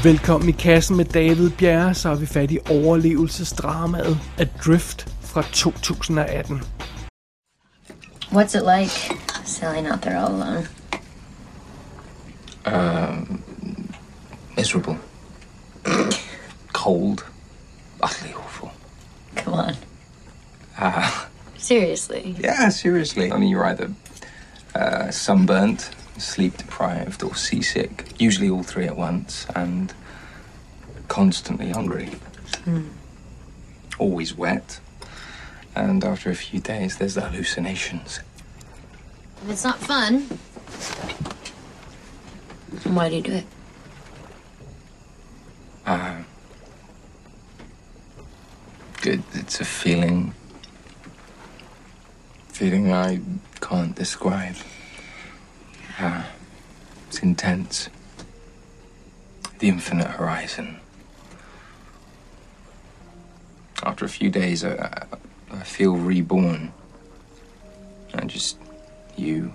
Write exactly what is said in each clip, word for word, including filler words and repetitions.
Velkommen i kassen med David Bjerre, så er vi fat i overlevelsesdramaet Adrift fra to tusind og atten. What's it like sailing out there all alone? Um, miserable. Cold. Utterly awful. Come on. Uh, Seriously? yeah, seriously. I mean, you're either uh, sunburnt, sleep deprived, or seasick. Usually all three at once, and constantly hungry. Mm. Always wet. And after a few days, there's the hallucinations. If it's not fun, why do you do it? Uh, good. It's a feeling. Feeling I can't describe. Uh, it's intense. The infinite horizon. After a few days, I, I feel reborn. And just you,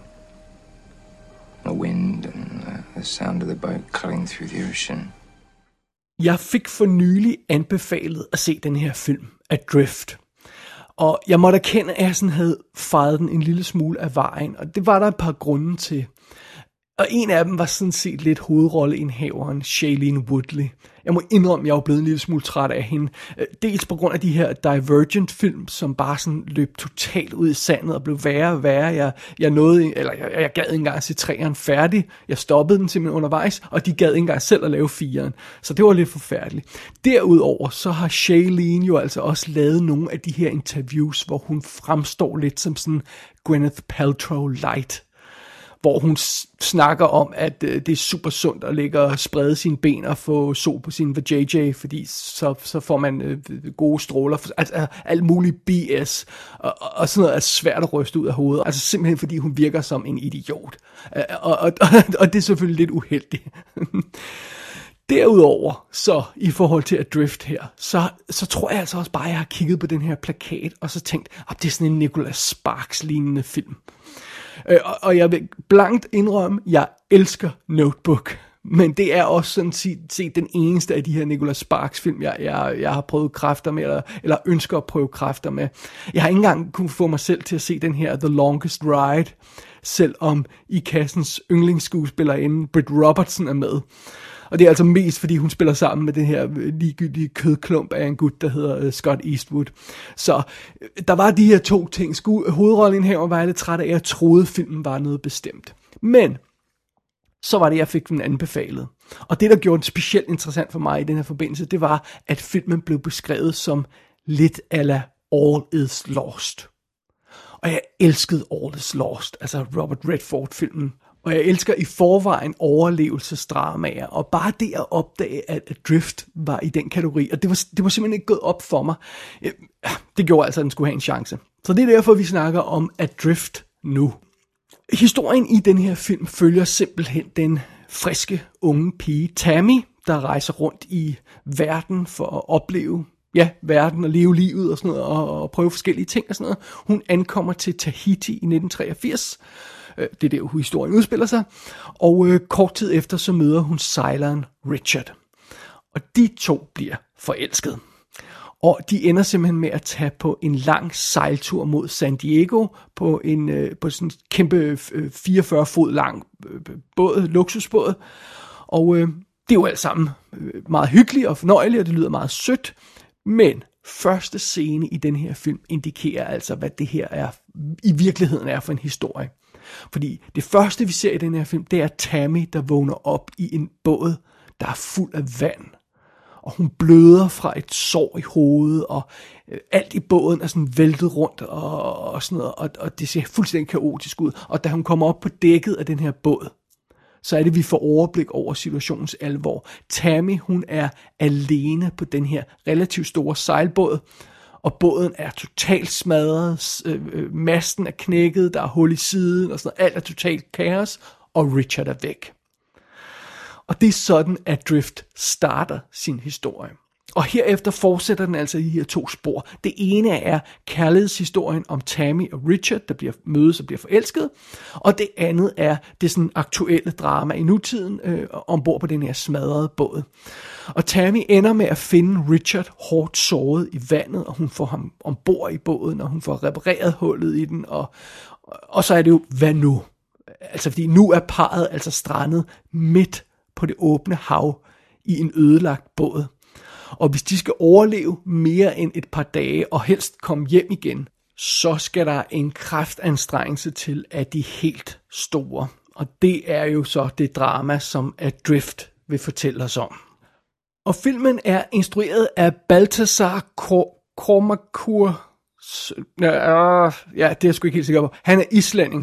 the wind, and the, the sound of the boat cutting through the ocean. Jeg fik for nylig anbefalet at se den her film, Adrift. Og jeg måtte erkende, at jeg sådan havde fejret den en lille smule af vejen, og det var der et par grunde til. Og en af dem var sådan set lidt hovedrolleindhaveren Shailene Woodley. Jeg må indrømme, at jeg var blevet en lille smule træt af hende. Dels på grund af de her Divergent-film, som bare sådan løb totalt ud i sandet og blev værre og værre. Jeg, jeg nåede, eller jeg, jeg gad ikke engang at se treeren færdig. Jeg stoppede den simpelthen undervejs, og de gad ikke engang selv at lave fireren. Så det var lidt forfærdeligt. Derudover så har Shailene jo altså også lavet nogle af de her interviews, hvor hun fremstår lidt som sådan Gwyneth Paltrow light. Hvor hun snakker om, at øh, det er super sundt at ligge og sprede sine ben og få sol på sin vajayjay, fordi så, så får man øh, gode stråler, altså alt muligt B S, og, og sådan noget er svært at ryste ud af hovedet, altså simpelthen fordi hun virker som en idiot, og, og, og, og det er selvfølgelig lidt uheldigt. Derudover, så i forhold til Adrift her, så, så tror jeg altså også bare, at jeg har kigget på den her plakat, og så tænkt, at det er sådan en Nicholas Sparks-lignende film. Øh, og, og jeg vil blankt indrømme, at jeg elsker Notebook, men det er også sådan set, set den eneste af de her Nicholas Sparks film, jeg, jeg, jeg har prøvet kræfter med, eller, eller ønsker at prøve kræfter med. Jeg har ikke engang kunne få mig selv til at se den her The Longest Ride, selvom i kassens yndlingsskuespillerinde Britt Robertson er med. Og det er altså mest, fordi hun spiller sammen med den her ligegyldige kødklump af en gut, der hedder Scott Eastwood. Så der var de her to ting. Hovedrollen her var jeg lidt træt af, at jeg troede, filmen var noget bestemt. Men så var det, jeg fik den anbefalet. Og det, der gjorde det specielt interessant for mig i den her forbindelse, det var, at filmen blev beskrevet som lidt a la All is Lost. Og jeg elskede All is Lost, altså Robert Redford-filmen. Og jeg elsker i forvejen overlevelsesdramaer, og bare det at opdage, at Adrift var i den kategori, og det var, det var simpelthen ikke gået op for mig. Det gjorde altså, at den skulle have en chance. Så det er derfor, vi snakker om Adrift nu. Historien i den her film følger simpelthen den friske unge pige Tammy, der rejser rundt i verden for at opleve ja, verden og leve livet og sådan noget, og, og prøve forskellige ting og sådan noget. Hun ankommer til Tahiti i nitten treogfirs. Det er der, historien udspiller sig. Og øh, kort tid efter, så møder hun sejleren Richard. Og de to bliver forelsket. Og de ender simpelthen med at tage på en lang sejltur mod San Diego på en øh, på sådan en kæmpe øh, fireogfyrre fod lang øh, båd, luksusbåd. Og øh, det er jo alt sammen øh, meget hyggeligt og fornøjeligt, og det lyder meget sødt. Men første scene i den her film indikerer altså, hvad det her er i virkeligheden er for en historie. Fordi det første, vi ser i den her film, det er Tammy, der vågner op i en båd, der er fuld af vand. Og hun bløder fra et sår i hovedet, og øh, alt i båden er sådan væltet rundt, og, og sådan noget, og, og det ser fuldstændig kaotisk ud. Og da hun kommer op på dækket af den her båd, så er det, vi får overblik over situationens alvor. Tammy, hun er alene på den her relativt store sejlbåd, og båden er totalt smadret, øh, masten er knækket, der er hul i siden, og sådan noget. Alt er totalt kaos, og Richard er væk. Og det er sådan, at Adrift starter sin historie. Og herefter fortsætter den altså i de her to spor. Det ene er kærlighedshistorien om Tammy og Richard, der bliver mødes og bliver forelsket. Og det andet er det sådan aktuelle drama i nutiden øh, ombord på den her smadrede båd. Og Tammy ender med at finde Richard hårdt såret i vandet, og hun får ham ombord i båden, og hun får repareret hullet i den. Og, og så er det jo, hvad nu? Altså fordi nu er parret altså strandet midt på det åbne hav i en ødelagt båd. Og hvis de skal overleve mere end et par dage og helst komme hjem igen, så skal der en kraftanstrengelse til af de helt store. Og det er jo så det drama, som Adrift vil fortælle os om. Og filmen er instrueret af Baltasar Kormákur. Ja, det er jeg sgu ikke helt sikker på. Han er islænding.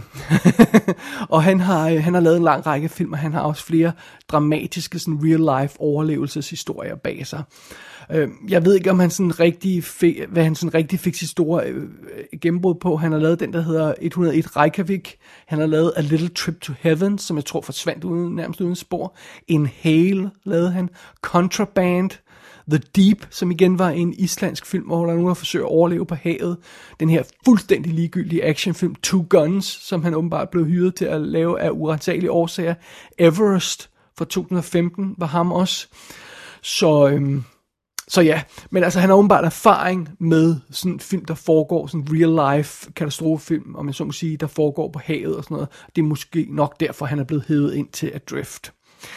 Og han har, han har lavet en lang række film, og han har også flere dramatiske sådan real-life overlevelseshistorier bag sig. Jeg ved ikke, om han sådan rigtig fik, hvad han sådan rigtig fik sin store gennembrud på. Han har lavet den, der hedder et hundrede og en Reykjavik. Han har lavet A Little Trip to Heaven, som jeg tror forsvandt uden, nærmest uden spor. Inhale lavede han. Contraband. The Deep, som igen var en islandsk film, hvor der nu har forsøgt at overleve på havet. Den her fuldstændig ligegyldige actionfilm Two Guns, som han åbenbart blev hyret til at lave af urensagelige årsager. Everest fra to tusind og femten var ham også. Så, øhm, så ja, men altså han har åbenbart erfaring med sådan en film, der foregår, sådan en real life katastrofefilm, om jeg så må sige, der foregår på havet og sådan noget. Det er måske nok derfor, han er blevet hævet ind til Adrift.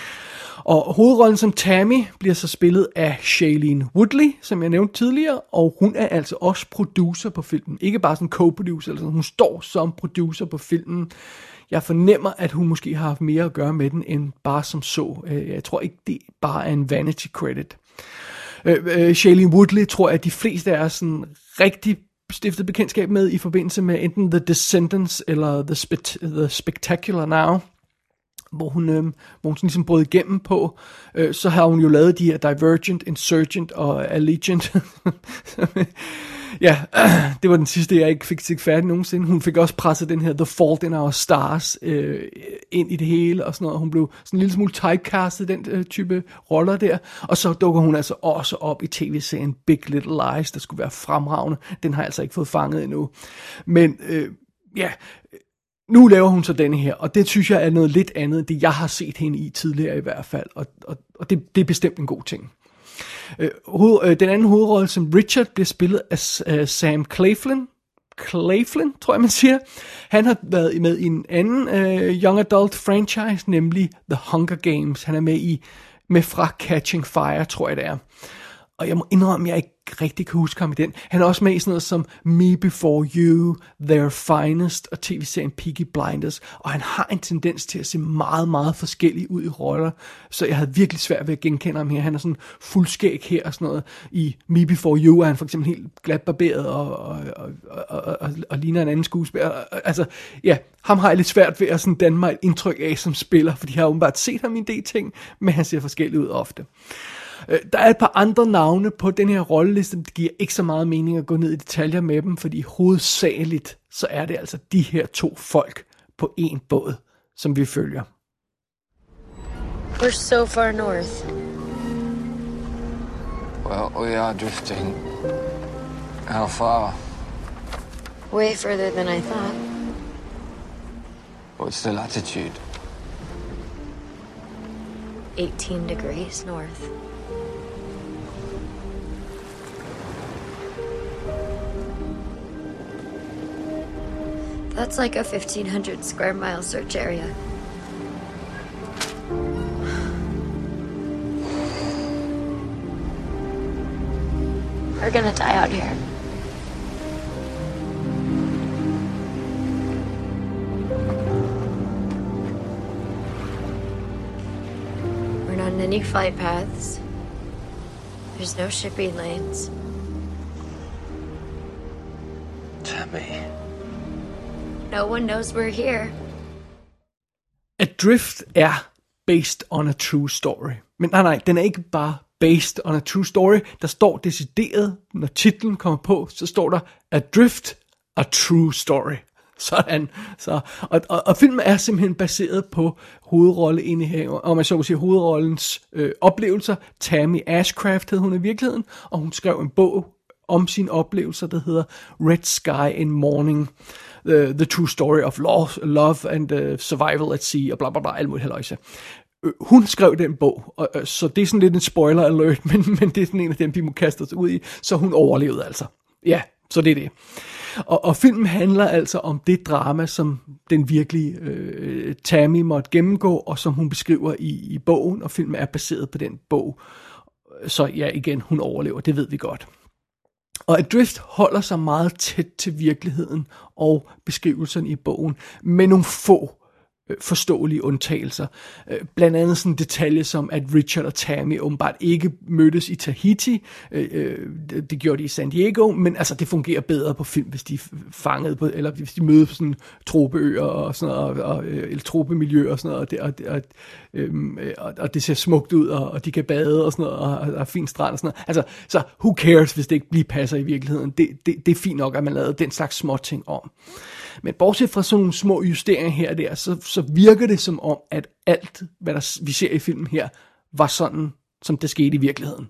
Og hovedrollen som Tammy bliver så spillet af Shailene Woodley, som jeg nævnte tidligere, og hun er altså også producer på filmen. Ikke bare sådan co-producer, eller sådan. Hun står som producer på filmen. Jeg fornemmer, at hun måske har haft mere at gøre med den, end bare som så. Jeg tror ikke, det bare er en vanity credit. Shailene Woodley tror jeg, at de fleste er sådan rigtig stiftet bekendtskab med i forbindelse med enten The Descendants eller The, Spe- The Spectacular Now, hvor hun, øh, hvor hun sådan ligesom brød igennem på, øh, så har hun jo lavet de her Divergent, Insurgent og Allegiant. Ja, det var den sidste, jeg ikke fik sig færdig nogensinde. Hun fik også presset den her The Fault in Our Stars øh, ind i det hele og sådan noget. Hun blev sådan en lille smule typecastet, den øh, type roller der. Og så dukker hun altså også op i tv-serien Big Little Lies, der skulle være fremragende. Den har jeg altså ikke fået fanget endnu. Men øh, ja... Nu laver hun så denne her, og det synes jeg er noget lidt andet, end det jeg har set hende i tidligere i hvert fald, og, og, og det, det er bestemt en god ting. Øh, hoved, øh, den anden hovedrolle som Richard bliver spillet af øh, Sam Claflin, Claflin, tror jeg man siger. Han har været med i en anden øh, young adult franchise, nemlig The Hunger Games. Han er med i med fra Catching Fire, tror jeg det er. Og jeg må indrømme, at jeg ikke rigtig kan huske ham i den. Han er også med i sådan noget som Me Before You, Their Finest og tv-serien Peaky Blinders. Og han har en tendens til at se meget, meget forskellig ud i roller. Så jeg havde virkelig svært ved at genkende ham her. Han er sådan fuldskæg her og sådan noget. I Me Before You er han for eksempel helt glat barberet og, og, og, og, og, og, og ligner en anden skuespiller. Altså, ja, ham har jeg lidt svært ved at sådan danne mig et indtryk af som spiller, fordi jeg har åbenbart set ham i en del ting, men han ser forskellig ud ofte. Der er et par andre navne på den her rolleliste, det giver ikke så meget mening at gå ned i detaljer med dem, fordi hovedsageligt så er det altså de her to folk på en båd, som vi følger. We're so far north. Well, we are drifting. How far? Way further than I thought. What's the latitude? eighteen degrees north. That's like a fifteen hundred square mile search area. We're gonna die out here. We're not in any flight paths. There's no shipping lanes. Tammy. No one knows we're here. Adrift er based on a true story. Men nej, nej, den er ikke bare based on a true story. Der står decideret, når titlen kommer på, så står der Adrift, a true story. Sådan. Så, og, og, og filmen er simpelthen baseret på hovedrolleindehaver, og man så må sige hovedrollens øh, oplevelser. Tammy Ashcraft hed hun i virkeligheden, og hun skrev en bog om sine oplevelser, der hedder Red Sky in Morning, The, the True Story of Love, love and uh, Survival at Sea, og bla bla bla, alt muligt halløjse. Hun skrev den bog, og, øh, så det er sådan lidt en spoiler alert, men, men det er sådan en af dem, vi må kaste os ud i, så hun overlevede altså. Ja, så det er det. Og, og filmen handler altså om det drama, som den virkelige øh, Tammy måtte gennemgå, og som hun beskriver i, i bogen, og filmen er baseret på den bog. Så ja, igen, hun overlever, det ved vi godt. Og Adrift holder sig meget tæt til virkeligheden og beskrivelserne i bogen, med nogle få forståelige undtagelser. Blandt andet sådan detaljer som, at Richard og Tammy åbenbart ikke mødtes i Tahiti. Det gjorde de i San Diego, men altså det fungerer bedre på film, hvis de fangede på, eller hvis de mødes på sådan tropeøer og sådan noget, og, eller tropemiljøer og sådan noget, og det, og, og, og, og det ser smukt ud, og, og de kan bade og sådan noget, og, og der er fin strand og sådan noget. Altså, så who cares, hvis det ikke lige passer i virkeligheden. Det, det, det er fint nok, at man lavede den slags små ting om. Men bortset fra sådan nogle små justeringer her og der, så, så virker det som om, at alt, hvad der, vi ser i filmen her, var sådan, som det skete i virkeligheden.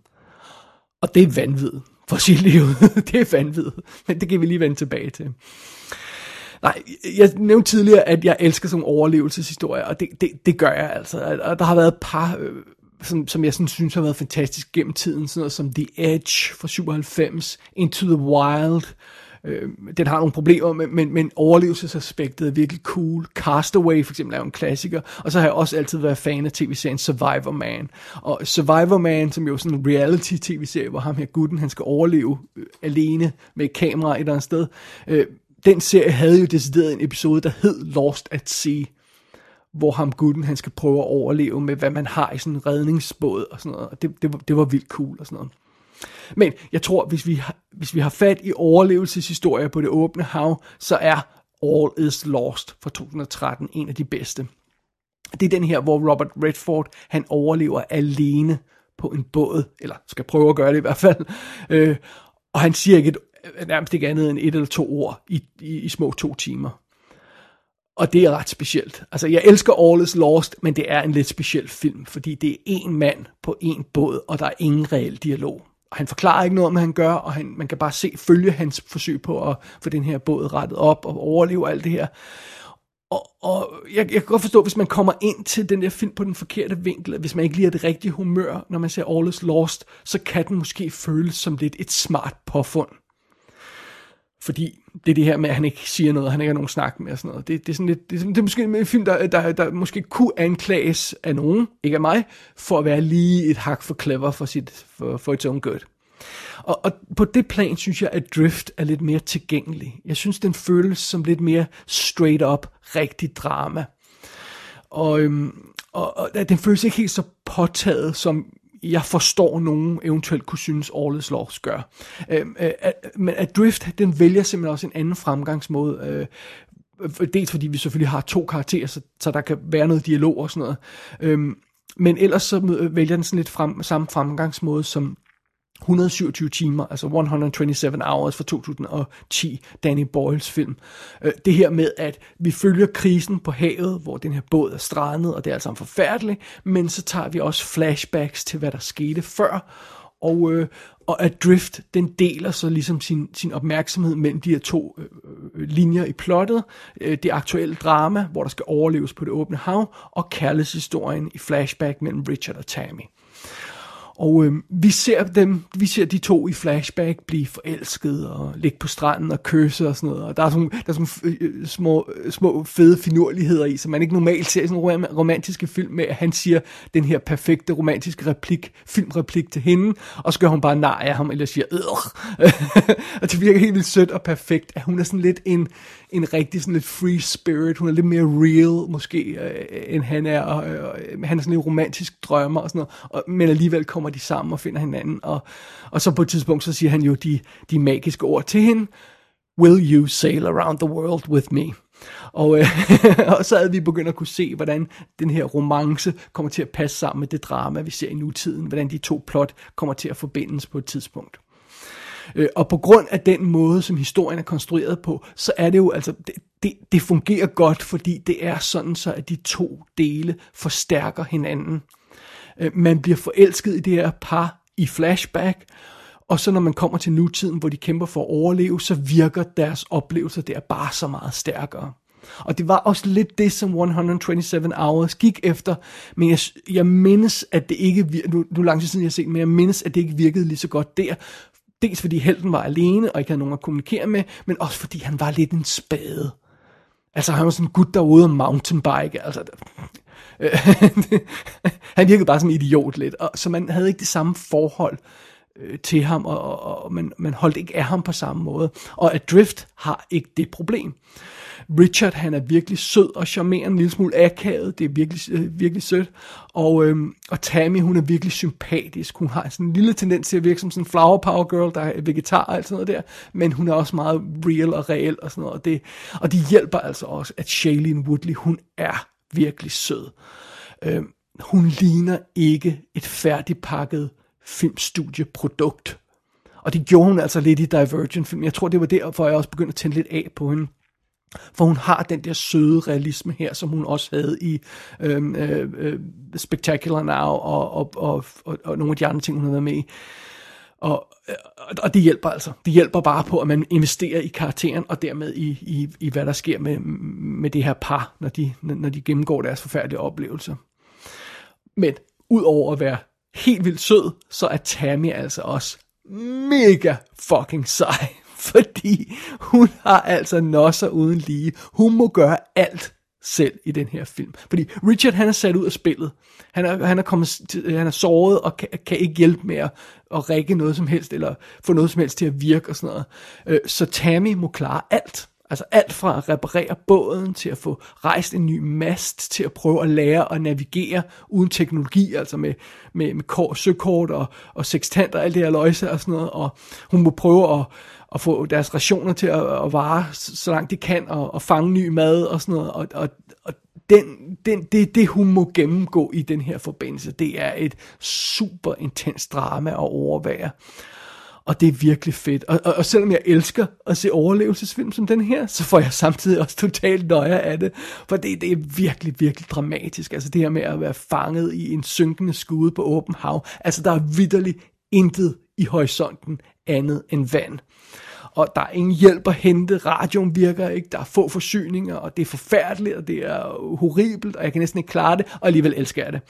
Og det er vanvittigt, for at sige livet. Det er vanvittigt, men det kan vi lige vende tilbage til. Nej, jeg nævnte tidligere, at jeg elsker sådan overlevelseshistorier, og det, det, det gør jeg altså. Og der har været et par, øh, som, som jeg sådan synes har været fantastisk gennem tiden, sådan noget som The Edge fra syvoghalvfems, Into the Wild. Øh, den har nogle problemer, men, men, men overlevelsesaspektet er virkelig cool. Castaway for eksempel er jo en klassiker, og så har jeg også altid været fan af tv-serien Survivor Man. Og Survivor Man, som jo er sådan en reality-tv-serie, hvor ham her gutten, han skal overleve øh, alene med et kamera et eller andet sted. Øh, den serie havde jo decideret en episode, der hed Lost at Sea, hvor ham gutten, han skal prøve at overleve med, hvad man har i sådan en redningsbåd og sådan noget. Og det, det, var, det var vildt cool og sådan noget. Men jeg tror, hvis vi, har, hvis vi har fat i overlevelseshistorier på det åbne hav, så er All Is Lost fra to tusind og tretten en af de bedste. Det er den her, hvor Robert Redford, han overlever alene på en båd, eller skal prøve at gøre det i hvert fald. Øh, og han siger ikke et, nærmest ikke andet end et eller to ord i, i, i små to timer. Og det er ret specielt. Altså, jeg elsker All Is Lost, men det er en lidt speciel film, fordi det er en mand på en båd, og der er ingen reel dialog. Og han forklarer ikke noget om, hvad han gør, og han, man kan bare se, følge hans forsøg på at få den her båd rettet op og overleve alt det her. Og, og jeg, jeg kan godt forstå, hvis man kommer ind til den der film på den forkerte vinkel, hvis man ikke lige er det rigtige humør, når man ser All Is Lost, så kan den måske føles som lidt et smart påfund. Fordi det er det her med, at han ikke siger noget, han ikke har nogen snak med og sådan noget. Det, det, er, sådan lidt, det, er, det er måske en film, der, der, der måske kunne anklages af nogen, ikke af mig, for at være lige et hak for clever for, sit, for, for its own good. Og, og på det plan synes jeg, at Drift er lidt mere tilgængelig. Jeg synes, den føles som lidt mere straight up, rigtig drama. Og, øhm, og, og den føles ikke helt så påtaget, som jeg forstår, nogen eventuelt kunne synes, All Is Lost gør. Øh, øh, men Adrift, den vælger simpelthen også en anden fremgangsmåde. Øh, dels fordi vi selvfølgelig har to karakterer, så, så der kan være noget dialog og sådan noget. Øh, men ellers så vælger den sådan lidt frem, samme fremgangsmåde som et hundrede og syvogtyve timer, altså et hundrede og syvogtyve hours fra to tusind og ti, Danny Boyles film. Det her med, at vi følger krisen på havet, hvor den her båd er strandet, og det er altså forfærdeligt, men så tager vi også flashbacks til, hvad der skete før, og, øh, og Adrift, den deler så ligesom sin, sin opmærksomhed mellem de her to øh, linjer i plottet, øh, det aktuelle drama, hvor der skal overleves på det åbne hav, og kærlighedshistorien i flashback mellem Richard og Tammy. Og øh, vi ser dem, vi ser de to i flashback blive forelsket og ligge på stranden og kysse og sådan noget. Og der er sådan, der er sådan øh, små, små fede finurligheder i, som man ikke normalt ser i sådan nogle romantiske film med, at han siger den her perfekte romantiske replik, filmreplik til hende, og så gør hun bare nej af ham, eller siger øh. Og det virker helt vildt sødt og perfekt, at hun er sådan lidt en, en rigtig sådan lidt free spirit, hun er lidt mere real måske, øh, end han er, og øh, han er sådan lidt romantisk drømmer og sådan noget, og, men alligevel kommer de sammen og finder hinanden, og, og så på et tidspunkt, så siger han jo de, de magiske ord til hende, will you sail around the world with me? Og, øh, og så havde vi begyndt at kunne se, hvordan den her romance kommer til at passe sammen med det drama, vi ser i nutiden, hvordan de to plot kommer til at forbindes på et tidspunkt. Øh, og på grund af den måde, som historien er konstrueret på, så er det jo altså, det, det, det fungerer godt, fordi det er sådan så, at de to dele forstærker hinanden. Øh, man bliver forelsket i det her par i flashback, og så når man kommer til nutiden, hvor de kæmper for at overleve, så virker deres oplevelser der bare så meget stærkere. Og det var også lidt det, som et hundrede og syvogtyve Hours gik efter, men jeg, jeg mindes, at det ikke virkede, nu, nu lang tid siden jeg har set, men jeg mindes, at det ikke virkede lige så godt der. Dels fordi helten var alene, og ikke havde nogen at kommunikere med, men også fordi han var lidt en spade. Altså han var sådan en gut, der var ude og mountainbike, altså han virkede bare som en idiot lidt, og, så man havde ikke det samme forhold øh, til ham, og, og, og man, man holdt ikke af ham på samme måde. Og Adrift har ikke det problem. Richard, han er virkelig sød og charmerende, en lille smule akavet, det er virkelig, øh, virkelig sødt, og, øh, og Tammy, hun er virkelig sympatisk, hun har sådan en lille tendens til at virke som sådan en flower power girl, der er vegetar og alt sådan noget der, men hun er også meget real og reel og sådan noget, og det, og det hjælper altså også, at Shailene Woodley, hun er virkelig sød. Øh, hun ligner ikke et færdigpakket filmstudieprodukt, og det gjorde hun altså lidt i Divergent-film. Jeg tror, det var derfor, jeg også begyndte at tænde lidt af på hende. For hun har den der søde realisme her, som hun også havde i øh, øh, Spectacular Now og, og, og, og, og nogle af de andre ting, hun har været med i. Og, og det hjælper altså. Det hjælper bare på, at man investerer i karakteren, og dermed i, i, i hvad der sker med, med det her par, når de, når de gennemgår deres forfærdelige oplevelser. Men udover at være helt vildt sød, så er Tammy altså også mega fucking sej. Fordi hun har altså nosser uden lige. Hun må gøre alt selv i den her film. Fordi Richard, han er sat ud af spillet. Han er, han er, kommet til, han er såret og kan, kan ikke hjælpe med at, at række noget som helst, eller få noget som helst til at virke og sådan noget. Så Tammy må klare alt. Altså alt fra at reparere båden, til at få rejst en ny mast, til at prøve at lære at navigere uden teknologi, altså med, med, med kort, søkort og, og sextanter og alt det her løjse og sådan noget. Og hun må prøve at og få deres rationer til at, at vare så langt de kan, og, og fange ny mad og sådan noget, og, og, og den, den, det, det hun må gennemgå i den her forbindelse, det er et super intens drama at overvære, og det er virkelig fedt, og, og, og selvom jeg elsker at se overlevelsesfilm som den her, så får jeg samtidig også totalt nøje af det, for det, det er virkelig, virkelig dramatisk, altså det her med at være fanget i en synkende skude på åben hav, altså der er vitterligt intet i horisonten andet end vand. Og der er ingen hjælp at hente, radioen virker ikke, der er få forsyninger, og det er forfærdeligt, og det er horribelt, og jeg kan næsten ikke klare det, og alligevel elsker jeg det.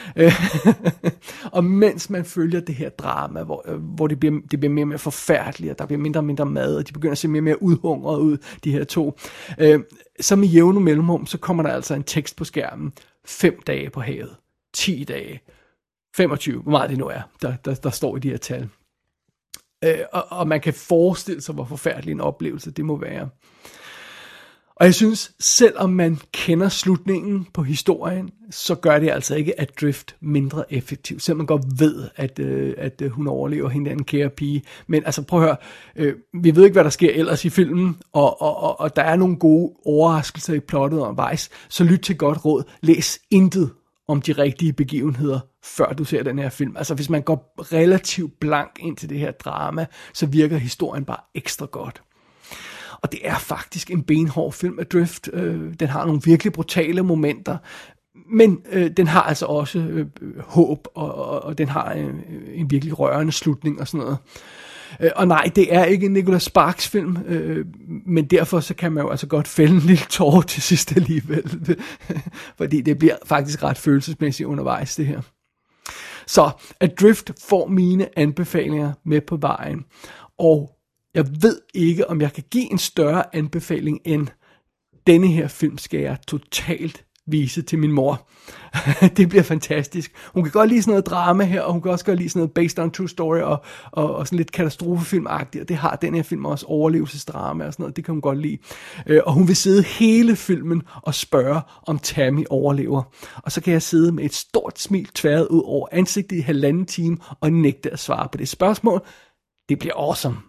Og mens man følger det her drama, hvor, hvor det, bliver, det bliver mere og mere forfærdeligt, og der bliver mindre og mindre mad, og de begynder at se mere og mere udhungret ud, de her to, så med jævne mellemrum, så kommer der altså en tekst på skærmen, fem dage på havet, ti dage, femogtyve, hvor meget det nu er, der, der, der står i de her tal. Øh, og, og man kan forestille sig, hvor forfærdelig en oplevelse det må være. Og jeg synes, selvom man kender slutningen på historien, så gør det altså ikke Adrift mindre effektiv. Selvom man godt ved, at, øh, at øh, hun overlever hende den kære pige. Men altså prøv at høre, øh, vi ved ikke, hvad der sker ellers i filmen, og, og, og, og der er nogle gode overraskelser i plottet undervejs, så lyt til godt råd. Læs intet om de rigtige begivenheder, før du ser den her film. Altså hvis man går relativt blank ind til det her drama, så virker historien bare ekstra godt. Og det er faktisk en benhård film, Adrift. Øh, den har nogle virkelig brutale momenter, men øh, den har altså også øh, håb, og, og, og den har øh, en virkelig rørende slutning og sådan noget. Øh, og nej, det er ikke en Nicholas Sparks film, øh, men derfor så kan man jo altså godt fælde en lille tårer til sidst alligevel, fordi det bliver faktisk ret følelsesmæssigt undervejs det her. Så Adrift får mine anbefalinger med på vejen, og jeg ved ikke, om jeg kan give en større anbefaling end denne her film skal jeg totalt vise til min mor. Det bliver fantastisk. Hun kan godt lide sådan noget drama her, og hun kan også godt lide sådan noget based on true story, og, og, og sådan lidt katastrofefilmagtigt, og det har den her film også, overlevelsesdrama og sådan noget, det kan hun godt lide. Og hun vil sidde hele filmen og spørge, om Tammy overlever. Og så kan jeg sidde med et stort smil tværet ud over ansigtet i halvanden time, og nægte at svare på det spørgsmål. Det bliver awesome.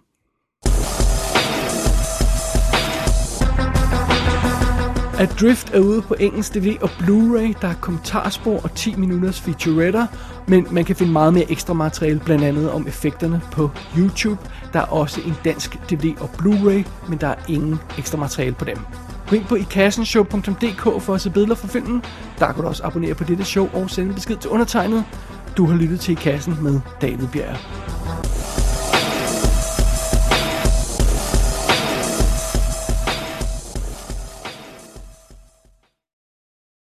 Adrift er ude på engelsk D V D og Blu-ray. Der er kommentarspor og ti minutters featuretter, men man kan finde meget mere ekstra materiale, blandt andet om effekterne på YouTube. Der er også en dansk D V D og Blu-ray, men der er ingen ekstra materiale på dem. Gå ind på ikassenshow punktum d k for at se billeder fra filmen. Der kan du også abonnere på dette show og sende besked til undertegnet. Du har lyttet til I Kassen med David Bjerg.